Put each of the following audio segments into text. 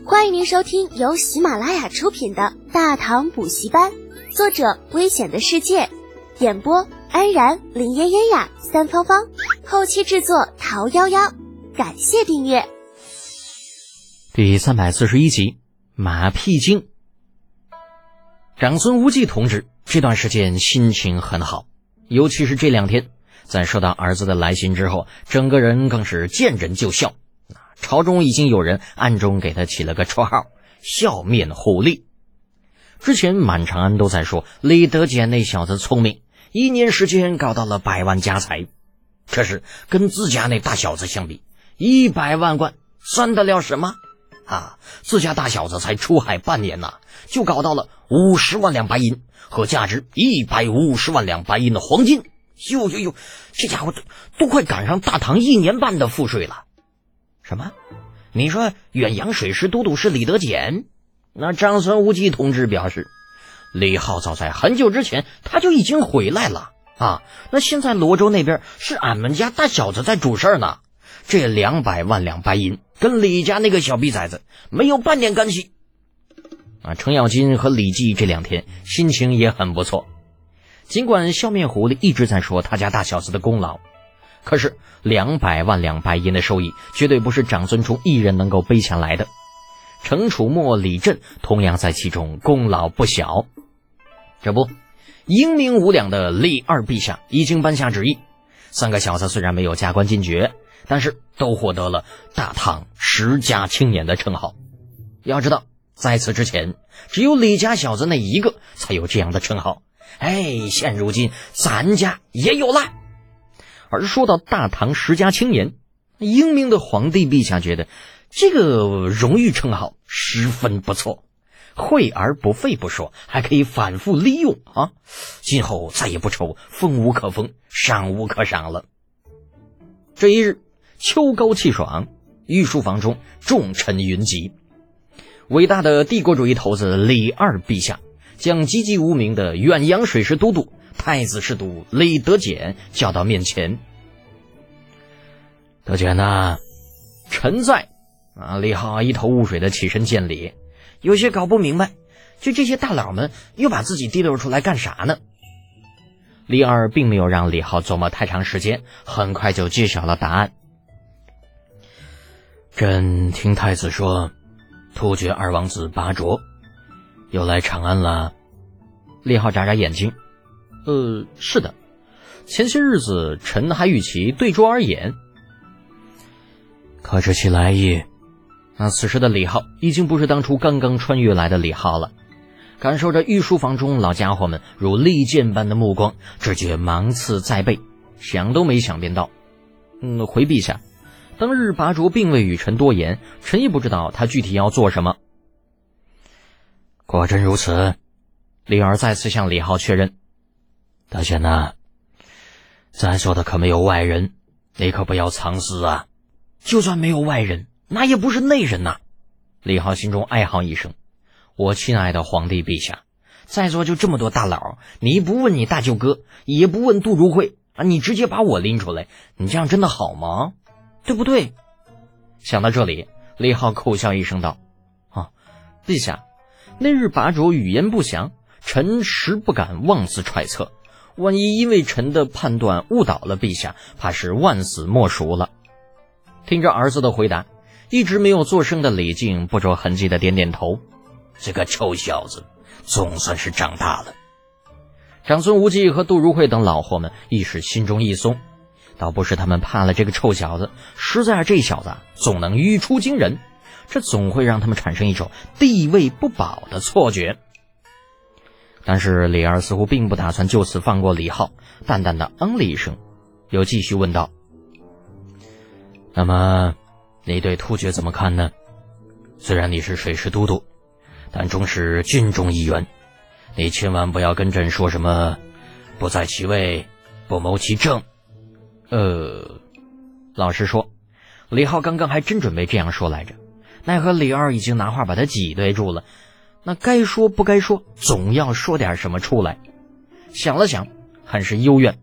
欢迎您收听由喜马拉雅出品的《大唐补习班》，作者危险的世界，演播安然、林嫣嫣呀、三芳芳，后期制作桃夭夭。感谢订阅。 第341集，马屁精。长孙无忌同志这段时间心情很好，尤其是这2天，在收到儿子的来信之后，整个人更是见人就笑。朝中已经有人暗中给他起了个绰号，笑面虎力。之前满长安都在说李德俭那小子聪明，1年时间搞到了100万家财，可是跟自家那大小子相比，100万贯算得了什么啊？自家大小子才出海半年就搞到了50万两白银和价值150万两白银的黄金。哟，这家伙都快赶上大唐1年半的赋税了。什么？你说远洋水师都督是李德俭？那长孙无忌同志表示，李浩早在很久之前他就已经回来了啊。那现在罗州那边是俺们家大小子在主事呢，这200万两白银跟李家那个小逼崽子没有半点干系啊。程咬金和李绩这2天心情也很不错，尽管笑面狐狸一直在说他家大小子的功劳，可是200万两白银的收益绝对不是长孙冲一人能够背下来的。程楚墨、李振同样在其中功劳不小。这不，英明无两的李二陛下已经颁下旨意，3个小子虽然没有加官进爵，但是都获得了大唐10佳青年的称号。要知道，在此之前只有李家小子那一个才有这样的称号，现如今咱家也有了。而说到大唐10佳青年，英明的皇帝陛下觉得这个荣誉称号十分不错，惠而不费不说，还可以反复利用啊！今后再也不愁封无可封，赏无可赏了。这一日，秋高气爽，御书房中众臣云集。伟大的帝国主义头子李二陛下将籍籍无名的远洋水师都督太子侍读李德俭叫到面前。德俭呐，臣在啊！李浩一头雾水的起身见礼，有些搞不明白，就这些大佬们又把自己提溜出来干啥呢？李二并没有让李浩琢磨太长时间，很快就揭晓了答案。朕听太子说，突厥2王子拔卓又来长安了。李浩眨眨眼睛，是的，前些日子臣还与其对桌而言。可知其来意？那此时的李浩已经不是当初刚刚穿越来的李浩了，感受着御书房中老家伙们如利剑般的目光，只觉芒刺在背，想都没想便道：回陛下，当日拔卓并未与臣多言，臣也不知道他具体要做什么。果真如此？李二再次向李浩确认。大贤呐，咱说的可没有外人，你可不要藏私啊。就算没有外人，那也不是内人呐。李浩心中哀嚎一声，我亲爱的皇帝陛下，在座就这么多大佬，你不问你大舅哥，也不问杜如晦啊，你直接把我拎出来，你这样真的好吗？对不对？想到这里，李浩苦笑一声道：陛下，那日拔卓语言不详，臣实不敢妄自揣测，万一因为臣的判断误导了陛下，怕是万死莫赎了。听着儿子的回答，一直没有作声的李靖不着痕迹的点点头，这个臭小子总算是长大了。长孙无忌和杜如晦等老货们一时心中一松，倒不是他们怕了这个臭小子，实在是这小子总能语出惊人，这总会让他们产生一种地位不保的错觉。但是李二似乎并不打算就此放过李浩，淡淡的了一声，又继续问道：那么你对突厥怎么看呢？虽然你是水师都督，但终是军中一员，你千万不要跟朕说什么不在其位不谋其政。老实说，李浩刚刚还真准备这样说来着，奈何李二已经拿话把他挤兑住了，那该说不该说，总要说点什么出来。想了想，很是幽怨。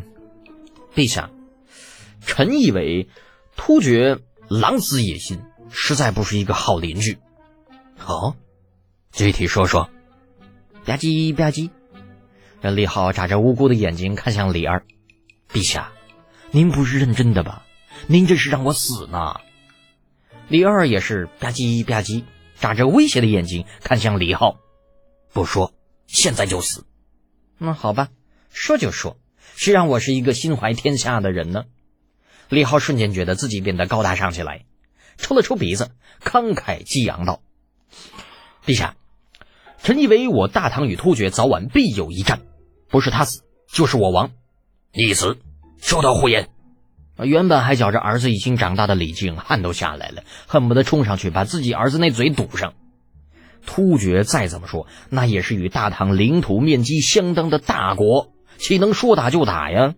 陛下，臣以为突厥狼子野心， 实在不是一个好邻居。哦，具体说说。吧唧吧唧，这李浩眨着无辜的眼睛看向李二。陛下，您不是认真的吧？您这是让我死呢。李二也是吧唧吧唧，眨着威胁的眼睛看向李浩。不说，现在就死。那好吧，说就说，谁让我是一个心怀天下的人呢？李浩瞬间觉得自己变得高大上起来，抽了抽鼻子，慷慨激昂道：陛下，臣以为我大唐与突厥早晚必有一战，不是他死就是我亡。你死，休得胡言。原本还觉着儿子已经长大的李靖汗都下来了，恨不得冲上去把自己儿子那嘴堵上。突厥再怎么说，那也是与大唐领土面积相当的大国，岂能说打就打呀？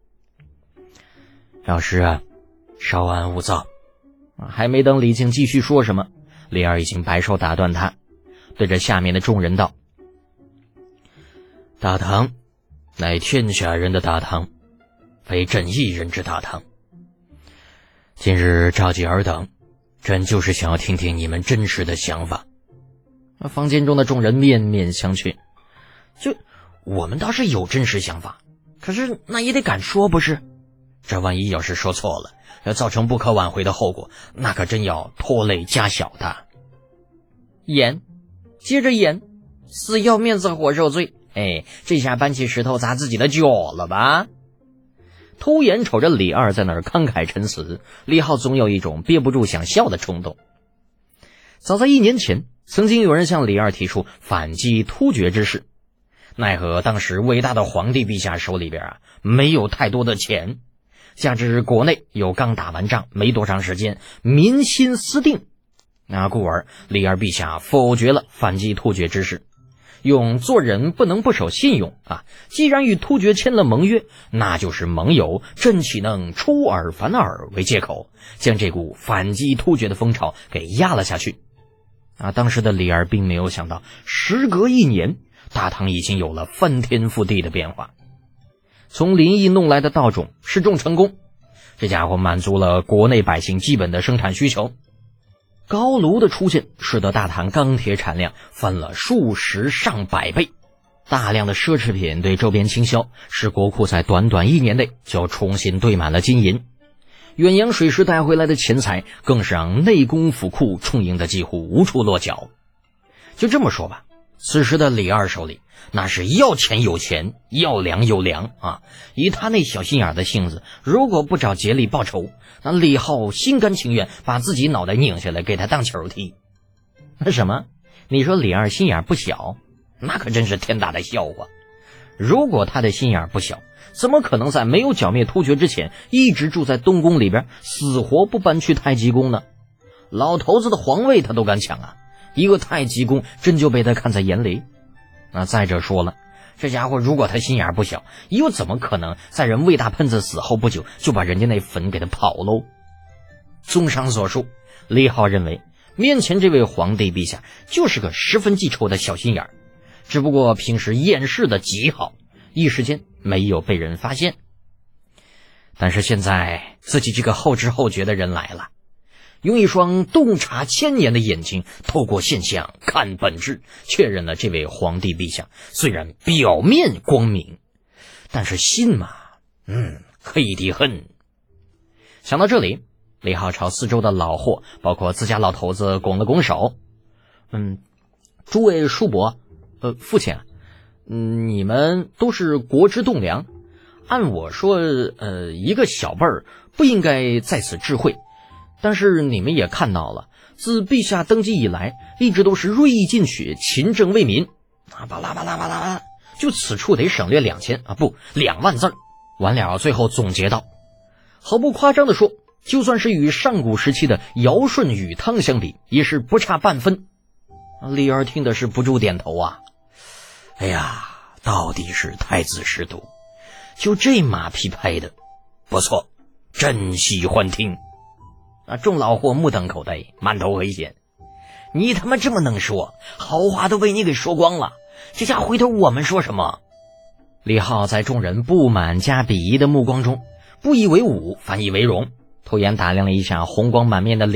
老师啊，稍安勿躁。还没等李靖继续说什么，李二已经摆手打断他，对着下面的众人道：大唐乃天下人的大唐，非朕一人之大唐。今日召集尔等，朕就是想要听听你们真实的想法。房间中的众人面面相觑。就我们倒是有真实想法，可是那也得敢说不是？这万一要是说错了，要造成不可挽回的后果，那可真要拖累家小的。演，接着演，死要面子活受罪。这下搬起石头砸自己的脚了吧？偷眼瞅着李二在那儿慷慨陈词，李浩总有一种憋不住想笑的冲动。早在1年前，曾经有人向李二提出反击突厥之事，奈何当时伟大的皇帝陛下手里边没有太多的钱，加之国内又刚打完仗没多长时间，民心思定，故而李二陛下否决了反击突厥之事，用做人不能不守信用既然与突厥签了盟约，那就是盟友，朕岂能出尔反尔为借口，将这股反击突厥的风潮给压了下去。当时的李二并没有想到，时隔1年，大唐已经有了翻天覆地的变化。从临沂弄来的稻种试种成功，这家伙满足了国内百姓基本的生产需求。高炉的出现使得大唐钢铁产量翻了数十上百倍，大量的奢侈品对周边倾销，使国库在短短1年内就重新堆满了金银。远洋水师带回来的钱财更是让内宫府库充盈的几乎无处落脚。就这么说吧，此时的李二手里那是要钱有钱，要粮有粮以他那小心眼的性子，如果不找竭力报仇，那李浩心甘情愿把自己脑袋拧下来给他当球踢。那什么，你说李二心眼不小，那可真是天大的笑话。如果他的心眼不小，怎么可能在没有剿灭突厥之前一直住在东宫里边，死活不搬去太极宫呢？老头子的皇位他都敢抢一个太极宫真就被他看在眼里。再者说了，这家伙如果他心眼不小，又怎么可能在人魏大喷子死后不久就把人家那坟给他刨喽？综上所述，李浩认为面前这位皇帝陛下就是个十分记仇的小心眼，只不过平时掩饰的极好，一时间没有被人发现。但是现在自己这个后知后觉的人来了，用一双洞察千年的眼睛透过现象看本质，确认了这位皇帝陛下虽然表面光明，但是心嘛黑的很。想到这里，李浩朝四周的老货包括自家老头子拱了拱手。诸位叔伯父亲你们都是国之栋梁，按我说一个小辈儿不应该在此智慧，但是你们也看到了，自陛下登基以来，一直都是锐意进取，勤政为民巴拉巴拉巴拉，就此处得省略2万字。完了最后总结道，毫不夸张地说，就算是与上古时期的尧舜禹汤相比，也是不差半分。李二听的是不住点头哎呀，到底是太子识读，就这马屁拍的不错，真喜欢听。众老货目瞪口呆，满头黑线。你他妈这么能说，好话都被你给说光了，这下回头我们说什么？李浩在众人不满加鄙夷的目光中，不以为忤，反以为荣，偷眼打量了一下红光满面的李二，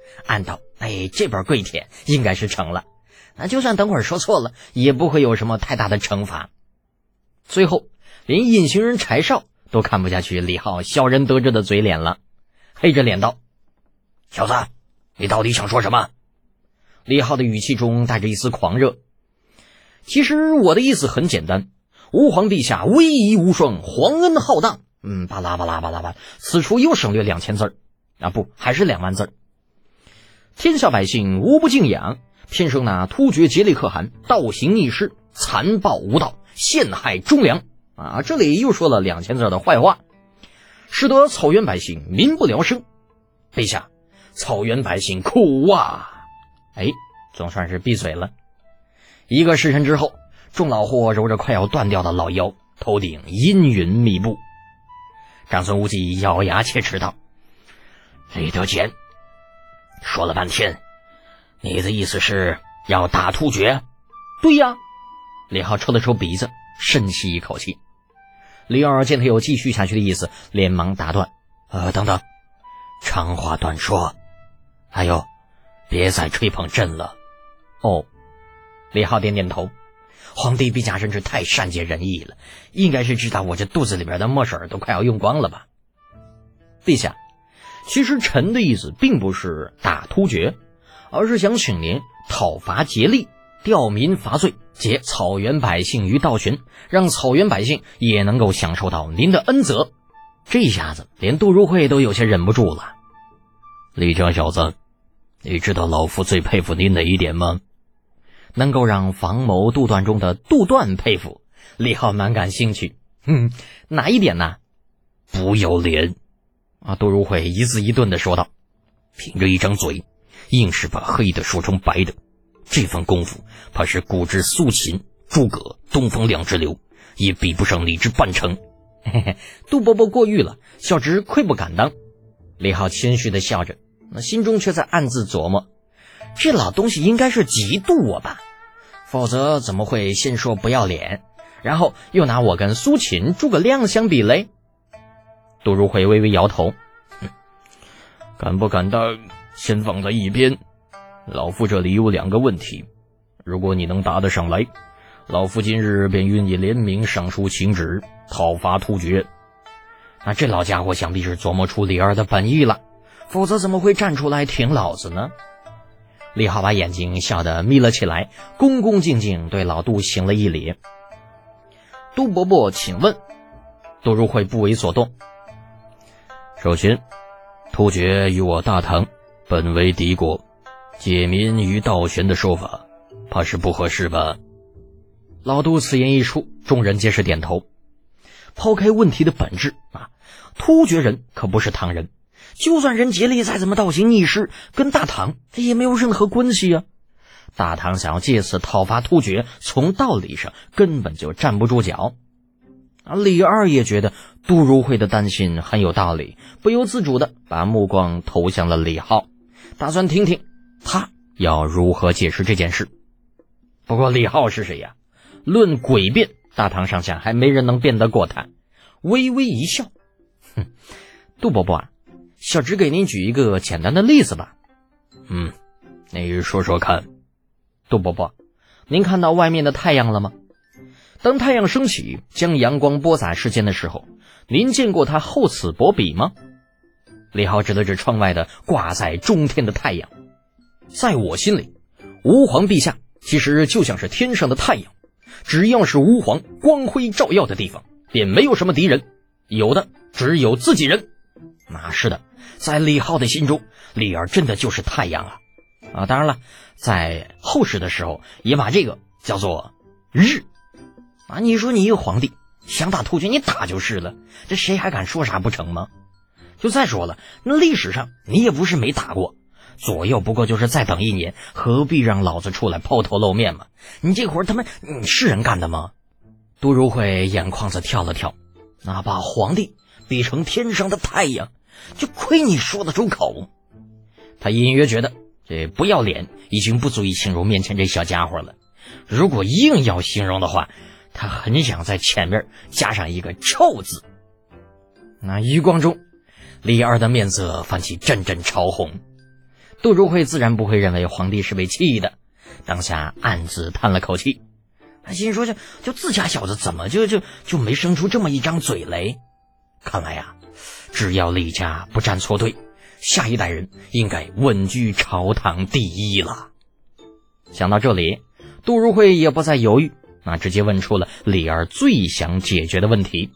暗道这本跪帖应该是成了，那就算等会儿说错了也不会有什么太大的惩罚。最后连隐形人柴少都看不下去李浩小人得志的嘴脸了，黑着脸道：小子，你到底想说什么？李浩的语气中带着一丝狂热。其实我的意思很简单，吾皇陛下威仪无双，皇恩浩荡。巴拉巴拉巴拉巴拉，此处又省略2000字不，还是2万字。天下百姓无不敬仰，偏生那突厥竭力可汗，倒行逆施，残暴无道，陷害忠良这里又说了2000字的坏话，使得草原百姓民不聊生。陛下，草原百姓苦啊！总算是闭嘴了。1个时辰之后，众老货揉着快要断掉的老腰，头顶阴云密布。长孙无忌咬牙切齿道：李德简，说了半天，你的意思是要打突厥？对呀。李浩抽了抽鼻子，深吸一口气。李二见他有继续下去的意思，连忙打断：等等，长话短说，还有别再吹捧朕了。李浩点点头，皇帝陛下真是太善解人意了，应该是知道我这肚子里边的墨水都快要用光了吧。陛下，其实臣的意思并不是打突厥，而是想请您讨伐竭力，吊民伐罪，解草原百姓于倒悬，让草原百姓也能够享受到您的恩泽。这下子连杜如晦都有些忍不住了。李家小子，你知道老夫最佩服你哪一点吗？能够让房某杜段中的杜段佩服，李浩蛮感兴趣。哪一点呢？不要脸杜如晦一字一顿地说道，凭着一张嘴硬是把黑的说成白的，这份功夫怕是古之苏秦、诸葛、东风两之流也比不上你之半成。杜伯伯过誉了，小侄愧不敢当。李浩谦虚地笑着，心中却在暗自琢磨，这老东西应该是嫉妒我吧，否则怎么会先说不要脸，然后又拿我跟苏秦、诸葛亮相比嘞？杜如晦微微摇头，敢不敢当先放在一边，老夫这里有2个问题，如果你能答得上来，老夫今日便与你联名上书请旨，讨伐突厥。那这老家伙想必是琢磨出李二的本意了，否则怎么会站出来挺老子呢？李浩把眼睛笑得眯了起来，恭恭敬敬对老杜行了一礼。杜伯伯请问。杜如晦不为所动。首先，突厥与我大唐本为敌国，解民于倒悬的说法怕是不合适吧？老杜此言一出，众人皆是点头。抛开问题的本质突厥人可不是唐人，就算人竭力再怎么倒行逆施，跟大唐也没有任何关系啊。大唐想要借此讨伐突厥，从道理上根本就站不住脚。李二也觉得杜如晦的担心很有道理，不由自主地把目光投向了李浩，打算听听他要如何解释这件事。不过李浩是谁呀？论诡辩，大唐上下还没人能辩得过他。微微一笑，杜伯伯小侄给您举一个简单的例子吧。你说说看。杜伯伯，您看到外面的太阳了吗？当太阳升起，将阳光播洒世间的时候，您见过它厚此薄彼吗？李浩指了指窗外的挂在中天的太阳。在我心里，吾皇陛下其实就像是天上的太阳，只要是吾皇光辉照耀的地方，便没有什么敌人，有的只有自己人。是的，在李浩的心中，李二真的就是太阳当然了，在后世的时候也把这个叫做日你说你一个皇帝想打突厥，你打就是了，这谁还敢说啥不成吗？就再说了，那历史上你也不是没打过，左右不过就是再等1年，何必让老子出来抛头露面嘛？你这活他妈你是人干的吗？杜如晦眼眶子跳了跳，把皇帝比成天上的太阳，就亏你说得出口。他隐约觉得这不要脸已经不足以形容面前这小家伙了，如果硬要形容的话，他很想在前面加上一个臭字。余光中，李二的面色泛起阵阵潮红。 杜如晦自然不会认为皇帝是被气的，当下暗自叹了口气，他心说就自家小子怎么就没生出这么一张嘴来？看来呀，只要李家不站错队，下一代人应该稳居朝堂第一了。想到这里，杜如晦也不再犹豫，直接问出了李儿最想解决的问题。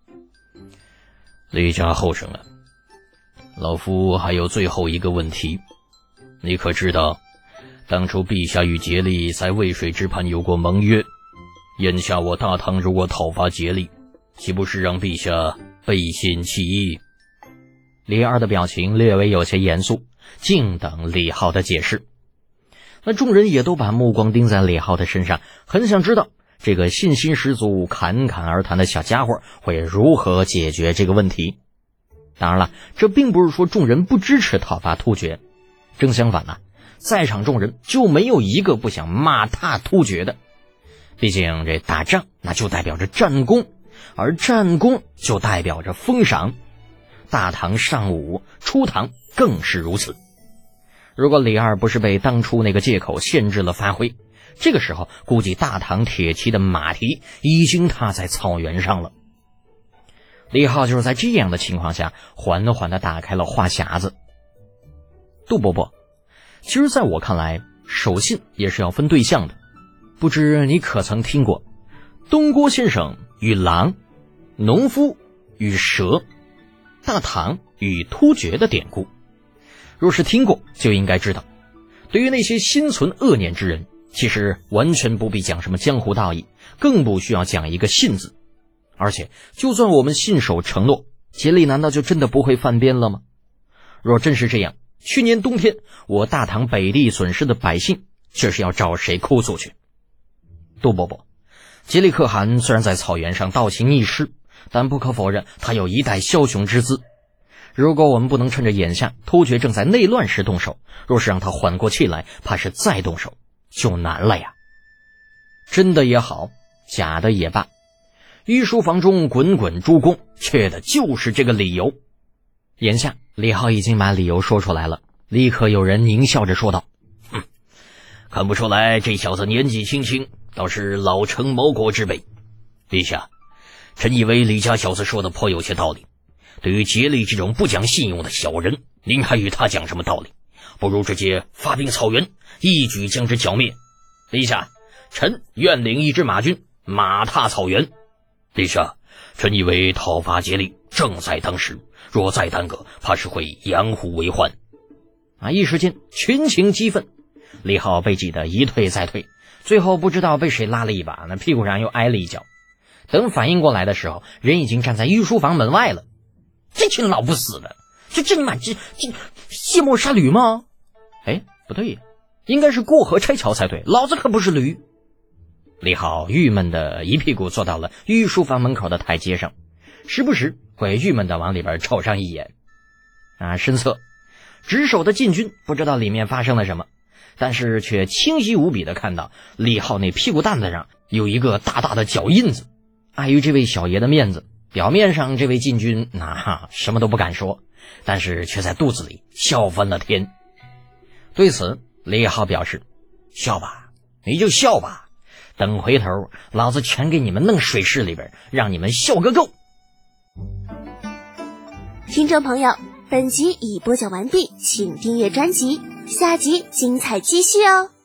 李家后生啊，老夫还有最后一个问题，你可知道当初陛下与竭力在渭水之畔有过盟约，眼下我大唐如果讨伐竭力，岂不是让陛下背信弃义？李二的表情略微有些严肃，静等李浩的解释。那众人也都把目光盯在李浩的身上，很想知道这个信心十足、侃侃而谈的小家伙会如何解决这个问题。当然了，这并不是说众人不支持讨伐突厥，正相反在场众人就没有一个不想骂踏突厥的。毕竟这打仗那就代表着战功，而战功就代表着封赏。大唐尚武，初唐更是如此。如果李二不是被当初那个借口限制了发挥，这个时候估计大唐铁骑的马蹄已经踏在草原上了。李浩就是在这样的情况下缓缓地打开了话匣子。杜伯伯，其实在我看来，守信也是要分对象的。不知你可曾听过东郭先生与狼，农夫与蛇，大唐与突厥的典故？若是听过，就应该知道，对于那些心存恶念之人，其实完全不必讲什么江湖道义，更不需要讲一个信字。而且就算我们信守承诺，竭力难道就真的不会犯边了吗？若真是这样，去年冬天我大唐北地损失的百姓，这是要找谁哭诉去？杜伯伯，竭力可汗虽然在草原上倒行逆施，但不可否认他有一代枭雄之姿。如果我们不能趁着眼下突厥正在内乱时动手，若是让他缓过气来，怕是再动手就难了呀。真的也好，假的也罢，御书房中滚滚诸公，缺的就是这个理由。眼下李浩已经把理由说出来了，立刻有人狞笑着说道：看不出来这小子年纪轻轻，倒是老成谋国之辈。陛下，臣以为李家小子说的颇有些道理。对于竭力这种不讲信用的小人，您还与他讲什么道理？不如直接发兵草原，一举将之剿灭。陛下，臣愿领一支马军，马踏草原。陛下，臣以为讨伐竭力正在当时，若再耽搁，怕是会养虎为患。一时间群情激愤，李浩被挤得一退再退，最后不知道被谁拉了一把，那屁股上又挨了一脚。等反应过来的时候，人已经站在御书房门外了。这群老不死的，这你妈这卸磨杀驴吗？不对呀，应该是过河拆桥才对，老子可不是驴。李浩郁闷的一屁股坐到了御书房门口的台阶上，时不时会郁闷的往里边瞅上一眼。身侧值守的禁军不知道里面发生了什么，但是却清晰无比的看到李浩那屁股蛋子上有一个大大的脚印子。碍于这位小爷的面子，表面上这位禁军什么都不敢说，但是却在肚子里笑翻了天。对此李浩表示，笑吧，你就笑吧，等回头老子全给你们弄水室里边，让你们笑个够。 听众朋友，本集已播讲完毕，请订阅专辑，下集精彩继续哦。